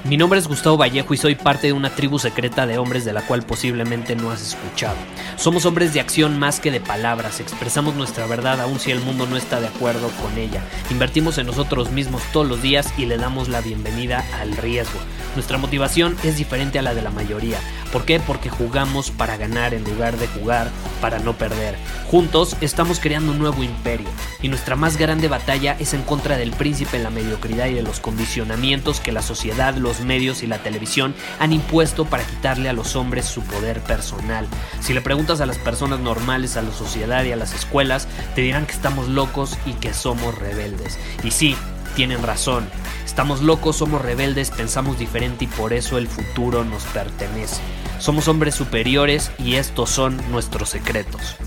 Mi nombre es Gustavo Vallejo y soy parte de una tribu secreta de hombres de la cual posiblemente no has escuchado. Somos hombres de acción más que de palabras, expresamos nuestra verdad aun si el mundo no está de acuerdo con ella. Invertimos en nosotros mismos todos los días y le damos la bienvenida al riesgo. Nuestra motivación es diferente a la de la mayoría. ¿Por qué? Porque jugamos para ganar en lugar de jugar para no perder. Juntos estamos creando un nuevo imperio y nuestra más grande batalla es en contra del príncipe, la mediocridad y de los condicionamientos que la sociedad, los medios y la televisión han impuesto para quitarle a los hombres su poder personal. Si le preguntas a las personas normales, a la sociedad y a las escuelas, te dirán que estamos locos y que somos rebeldes. Y sí, tienen razón. Estamos locos, somos rebeldes, pensamos diferente y por eso el futuro nos pertenece. Somos hombres superiores y estos son nuestros secretos.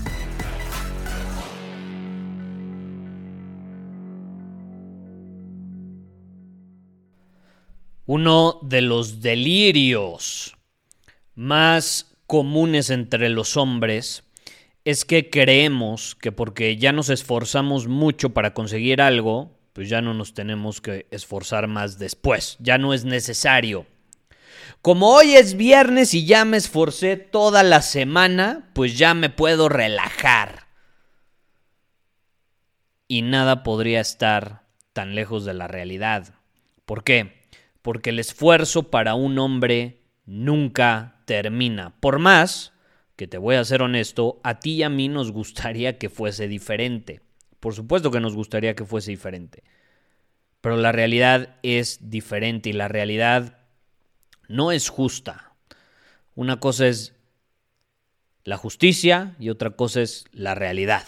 Uno de los delirios más comunes entre los hombres es que creemos que porque ya nos esforzamos mucho para conseguir algo, pues ya no nos tenemos que esforzar más después, ya no es necesario. Como hoy es viernes y ya me esforcé toda la semana, pues ya me puedo relajar. Y nada podría estar tan lejos de la realidad. ¿Por qué? Porque el esfuerzo para un hombre nunca termina. Por más que, te voy a ser honesto, a ti y a mí nos gustaría que fuese diferente. Por supuesto que nos gustaría que fuese diferente. Pero la realidad es diferente y la realidad no es justa. Una cosa es la justicia y otra cosa es la realidad.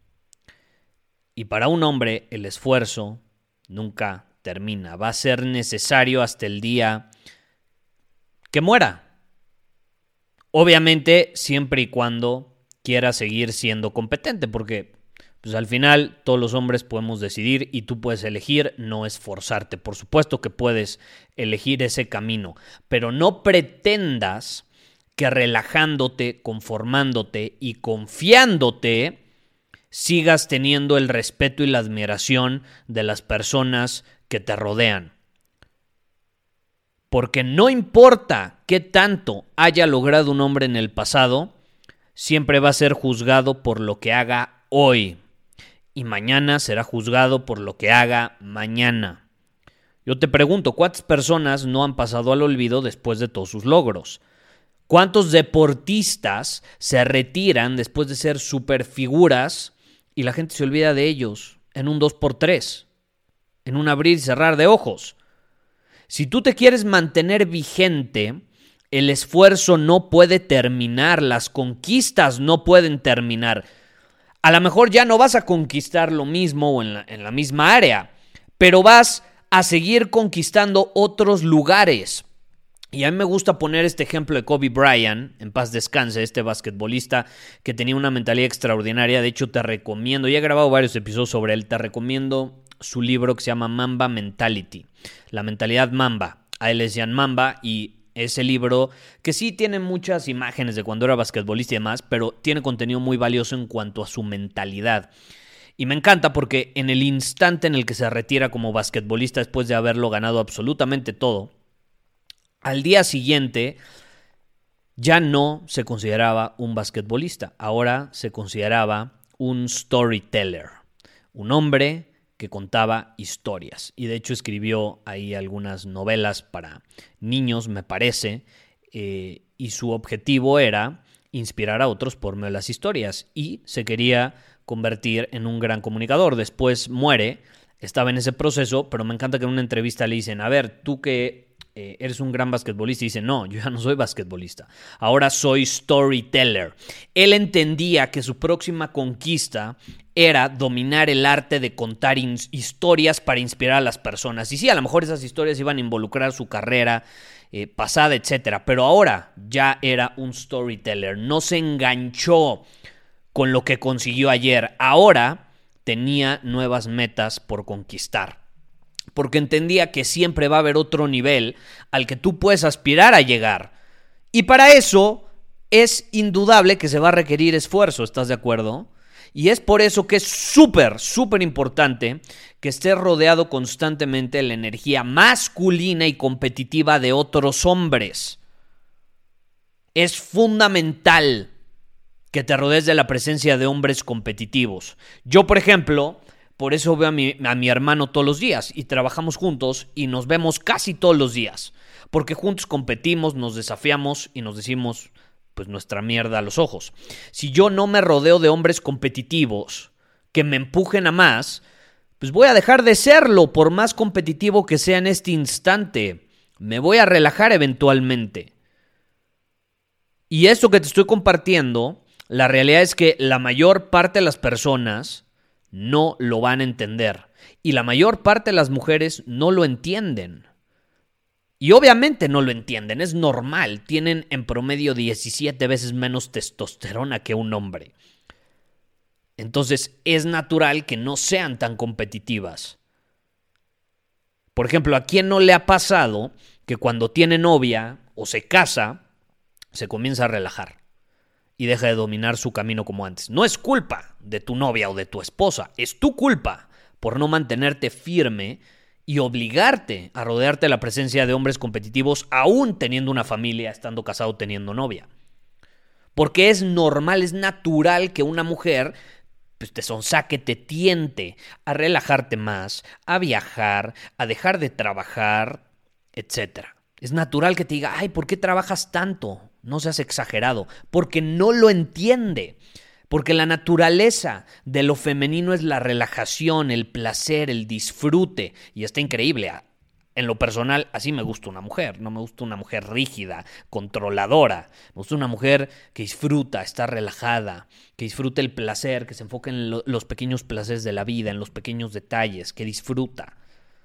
Y para un hombre el esfuerzo nunca termina. Va a ser necesario hasta el día que muera. Obviamente siempre y cuando quiera seguir siendo competente, porque pues al final todos los hombres podemos decidir y tú puedes elegir no esforzarte. Por supuesto que puedes elegir ese camino, pero no pretendas que relajándote, conformándote y confiándote sigas teniendo el respeto y la admiración de las personas que te rodean. Porque no importa qué tanto haya logrado un hombre en el pasado, siempre va a ser juzgado por lo que haga hoy. Y mañana será juzgado por lo que haga mañana. Yo te pregunto, ¿cuántas personas no han pasado al olvido después de todos sus logros? ¿Cuántos deportistas se retiran después de ser superfiguras y la gente se olvida de ellos en un 2x3, en un abrir y cerrar de ojos? Si tú te quieres mantener vigente, el esfuerzo no puede terminar, las conquistas no pueden terminar. A lo mejor ya no vas a conquistar lo mismo o en la misma área, pero vas a seguir conquistando otros lugares. Y a mí me gusta poner este ejemplo de Kobe Bryant, en paz descanse, este basquetbolista que tenía una mentalidad extraordinaria. De hecho, te recomiendo, ya he grabado varios episodios sobre él, te recomiendo su libro que se llama Mamba Mentality, la mentalidad Mamba. A él le decían Mamba y ese libro, que sí tiene muchas imágenes de cuando era basquetbolista y demás, pero tiene contenido muy valioso en cuanto a su mentalidad. Y me encanta porque en el instante en el que se retira como basquetbolista después de haberlo ganado absolutamente todo, al día siguiente ya no se consideraba un basquetbolista, ahora se consideraba un storyteller, un hombre que contaba historias. Y de hecho escribió ahí algunas novelas para niños, me parece, y su objetivo era inspirar a otros por medio de las historias y se quería convertir en un gran comunicador. Después muere, estaba en ese proceso, pero me encanta que en una entrevista le dicen, a ver, tú que eres un gran basquetbolista, y dice, no, yo ya no soy basquetbolista, ahora soy storyteller. Él entendía que su próxima conquista era dominar el arte de contar historias para inspirar a las personas. Y sí, a lo mejor esas historias iban a involucrar su carrera pasada, etcétera, pero ahora ya era un storyteller. No se enganchó con lo que consiguió ayer. Ahora tenía nuevas metas por conquistar, porque entendía que siempre va a haber otro nivel al que tú puedes aspirar a llegar. Y para eso es indudable que se va a requerir esfuerzo, ¿estás de acuerdo? Y es por eso que es súper, súper importante que estés rodeado constantemente de la energía masculina y competitiva de otros hombres. Es fundamental que te rodees de la presencia de hombres competitivos. Yo, por ejemplo, por eso veo a mi hermano todos los días y trabajamos juntos y nos vemos casi todos los días. Porque juntos competimos, nos desafiamos y nos decimos pues nuestra mierda a los ojos. Si yo no me rodeo de hombres competitivos que me empujen a más, pues voy a dejar de serlo por más competitivo que sea en este instante. Me voy a relajar eventualmente. Y esto que te estoy compartiendo, la realidad es que la mayor parte de las personas no lo van a entender. Y la mayor parte de las mujeres no lo entienden. Y obviamente no lo entienden, es normal. Tienen en promedio 17 veces menos testosterona que un hombre. Entonces es natural que no sean tan competitivas. Por ejemplo, ¿a quién no le ha pasado que cuando tiene novia o se casa, se comienza a relajar y deja de dominar su camino como antes? No es culpa de tu novia o de tu esposa, es tu culpa por no mantenerte firme y obligarte a rodearte de la presencia de hombres competitivos aún teniendo una familia, estando casado, teniendo novia. Porque es normal, es natural que una mujer pues, te sonsaque, te tiente a relajarte más, a viajar, a dejar de trabajar, etc. Es natural que te diga, ay, ¿por qué trabajas tanto? No seas exagerado, porque no lo entiende. Porque la naturaleza de lo femenino es la relajación, el placer, el disfrute. Y está increíble. En lo personal, así me gusta una mujer. No me gusta una mujer rígida, controladora. Me gusta una mujer que disfruta, está relajada, que disfruta el placer, que se enfoque en los pequeños placeres de la vida, en los pequeños detalles, que disfruta.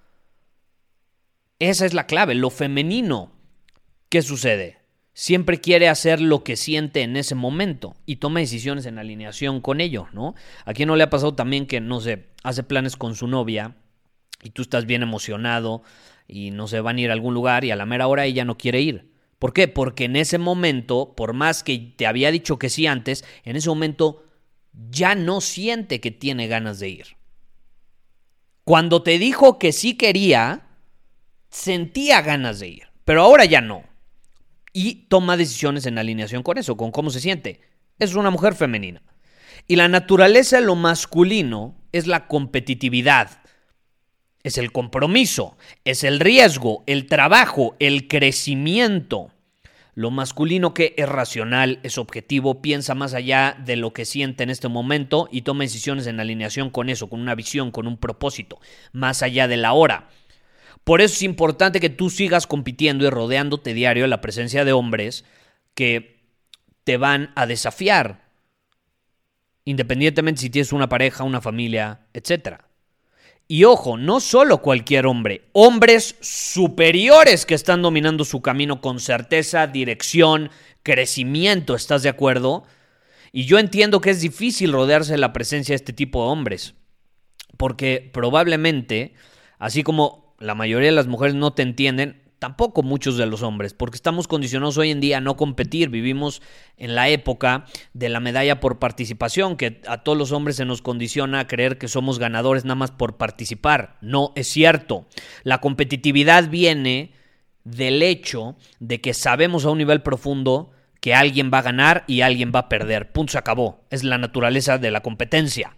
Esa es la clave, lo femenino. ¿Qué sucede? Siempre quiere hacer lo que siente en ese momento y toma decisiones en alineación con ello, ¿no? ¿A quién no le ha pasado también que, no sé, hace planes con su novia y tú estás bien emocionado y, no sé, van a ir a algún lugar y a la mera hora ella no quiere ir? ¿Por qué? Porque en ese momento, por más que te había dicho que sí antes, en ese momento ya no siente que tiene ganas de ir. Cuando te dijo que sí quería, sentía ganas de ir, pero ahora ya no. Y toma decisiones en alineación con eso, con cómo se siente. Es una mujer femenina. Y la naturaleza de lo masculino es la competitividad, es el compromiso, es el riesgo, el trabajo, el crecimiento. Lo masculino que es racional, es objetivo, piensa más allá de lo que siente en este momento y toma decisiones en alineación con eso, con una visión, con un propósito, más allá de la hora. Por eso es importante que tú sigas compitiendo y rodeándote diario de la presencia de hombres que te van a desafiar, independientemente si tienes una pareja, una familia, etc. Y ojo, no solo cualquier hombre, hombres superiores que están dominando su camino con certeza, dirección, crecimiento, ¿estás de acuerdo? Y yo entiendo que es difícil rodearse de la presencia de este tipo de hombres, porque probablemente, así como la mayoría de las mujeres no te entienden, tampoco muchos de los hombres, porque estamos condicionados hoy en día a no competir. Vivimos en la época de la medalla por participación, que a todos los hombres se nos condiciona a creer que somos ganadores nada más por participar. No es cierto. La competitividad viene del hecho de que sabemos a un nivel profundo que alguien va a ganar y alguien va a perder. Punto, se acabó. Es la naturaleza de la competencia.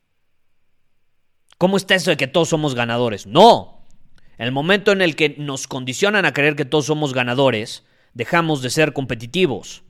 ¿Cómo está eso de que todos somos ganadores? No. El momento en el que nos condicionan a creer que todos somos ganadores, dejamos de ser competitivos.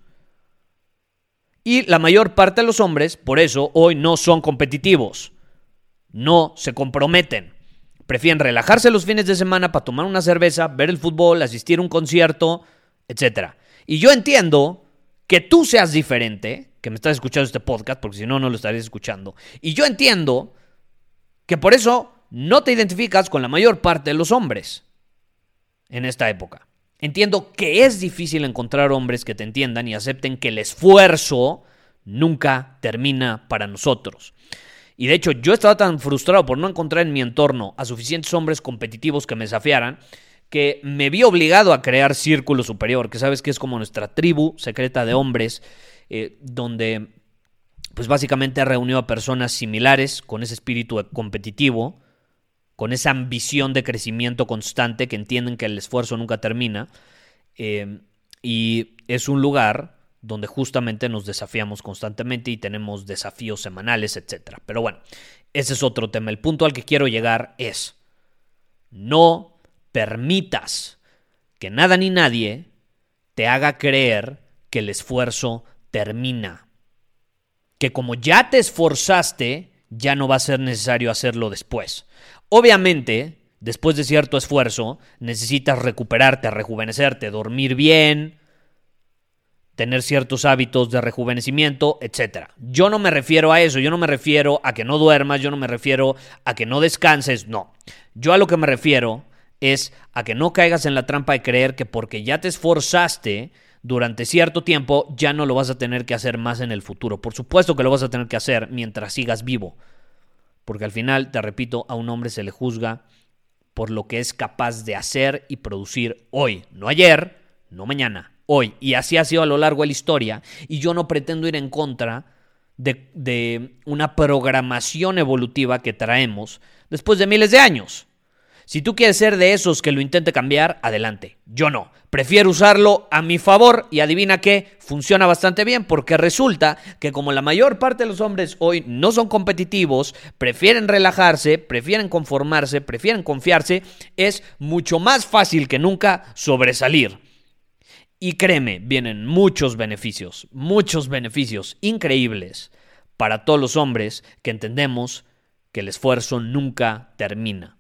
Y la mayor parte de los hombres, por eso, hoy no son competitivos. No se comprometen. Prefieren relajarse los fines de semana para tomar una cerveza, ver el fútbol, asistir a un concierto, etc. Y yo entiendo que tú seas diferente, que me estás escuchando este podcast, porque si no, no lo estarías escuchando. Y yo entiendo que por eso no te identificas con la mayor parte de los hombres en esta época. Entiendo que es difícil encontrar hombres que te entiendan y acepten que el esfuerzo nunca termina para nosotros. Y de hecho, yo estaba tan frustrado por no encontrar en mi entorno a suficientes hombres competitivos que me desafiaran, que me vi obligado a crear Círculo Superior, que sabes que es como nuestra tribu secreta de hombres, donde pues básicamente reunió a personas similares con ese espíritu competitivo, con esa ambición de crecimiento constante, que entienden que el esfuerzo nunca termina, y es un lugar donde justamente nos desafiamos constantemente y tenemos desafíos semanales, etc. Pero bueno, ese es otro tema. El punto al que quiero llegar es: no permitas que nada ni nadie te haga creer que el esfuerzo termina. Que como ya te esforzaste, ya no va a ser necesario hacerlo después. Obviamente, después de cierto esfuerzo, necesitas recuperarte, rejuvenecerte, dormir bien, tener ciertos hábitos de rejuvenecimiento, etc. Yo no me refiero a eso, yo no me refiero a que no duermas, yo no me refiero a que no descanses, no. Yo a lo que me refiero es a que no caigas en la trampa de creer que porque ya te esforzaste durante cierto tiempo, ya no lo vas a tener que hacer más en el futuro. Por supuesto que lo vas a tener que hacer mientras sigas vivo, porque al final, te repito, a un hombre se le juzga por lo que es capaz de hacer y producir hoy, no ayer, no mañana, hoy. Y así ha sido a lo largo de la historia, y yo no pretendo ir en contra de una programación evolutiva que traemos después de miles de años. Si tú quieres ser de esos que lo intente cambiar, adelante. Yo no. Prefiero usarlo a mi favor y adivina qué, funciona bastante bien, porque resulta que como la mayor parte de los hombres hoy no son competitivos, prefieren relajarse, prefieren conformarse, prefieren confiarse, es mucho más fácil que nunca sobresalir. Y créeme, vienen muchos beneficios increíbles para todos los hombres que entendemos que el esfuerzo nunca termina.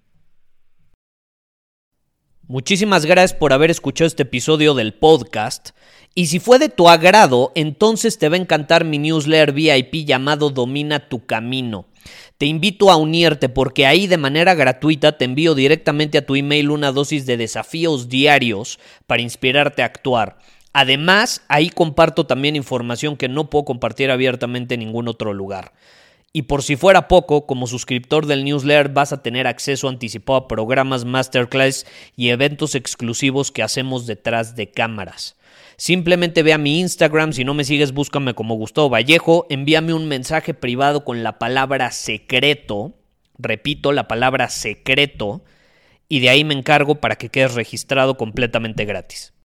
Muchísimas gracias por haber escuchado este episodio del podcast. Y si fue de tu agrado, entonces te va a encantar mi newsletter VIP llamado Domina tu Camino. Te invito a unirte porque ahí de manera gratuita te envío directamente a tu email una dosis de desafíos diarios para inspirarte a actuar. Además, ahí comparto también información que no puedo compartir abiertamente en ningún otro lugar. Y por si fuera poco, como suscriptor del newsletter vas a tener acceso anticipado a programas, masterclass y eventos exclusivos que hacemos detrás de cámaras. Simplemente ve a mi Instagram, si no me sigues búscame como Gustavo Vallejo, envíame un mensaje privado con la palabra secreto, repito, la palabra secreto, y de ahí me encargo para que quedes registrado completamente gratis.